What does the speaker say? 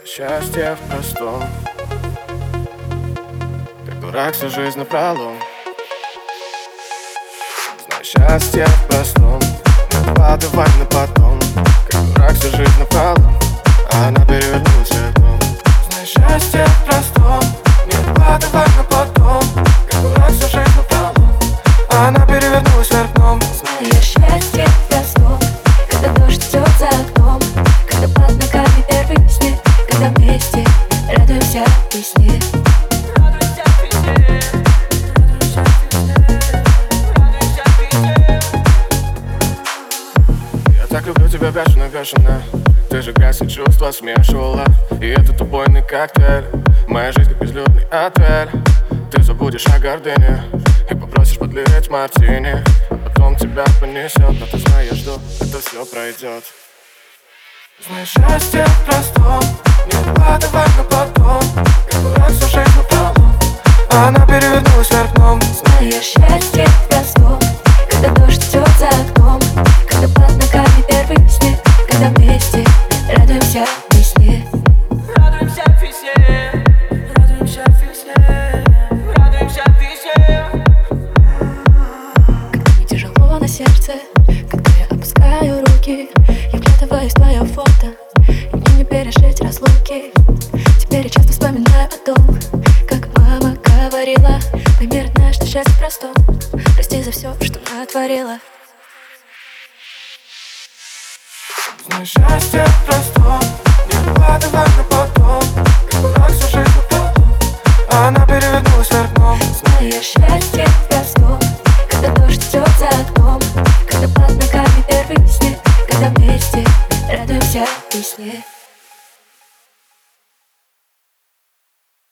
Счастье в простом, как дурак всю жизнь напролом. Знаю, счастье в простом, не откладывай на потом, как дурак всю жизнь напролом, а она перевернулась вверх дном. Знаю, счастье в простом, не откладывай на потом, как дурак всю жизнь напролом, а она перевернулась вверх дном. Знаю, счастье в простом, когда дождь идет за окном, когда под ногами первый снег, когда вместе радуемся весне. Я так люблю тебя бешено, ты же грязь и чувства смешивала, и этот убойный коктейль, моя жизнь как безлюдный отель. Ты забудешь о гордыне и попросишь подлить мартини, а потом тебя понесет, но ты знаешь, что это все пройдет. Знаешь, счастье в простом, не откладывай на потом, как дурак всю жизнь напролом, а она перевернулась вверх дном. Знаю, счастье в простом, когда дождь идет за окном, когда под ногами первый снег, когда вместе радуемся весне. Радуемся весне, радуемся весне, радуемся весне. Когда мне тяжело на сердце, когда я опускаю руки, я вглядываюсь в твое фото, и мне не пережить разлуки. Теперь я часто вспоминаю о том, как мама говорила: пойми, родная, что счастье в простом, прости за все, что натворила. Знаешь, счастье в простом.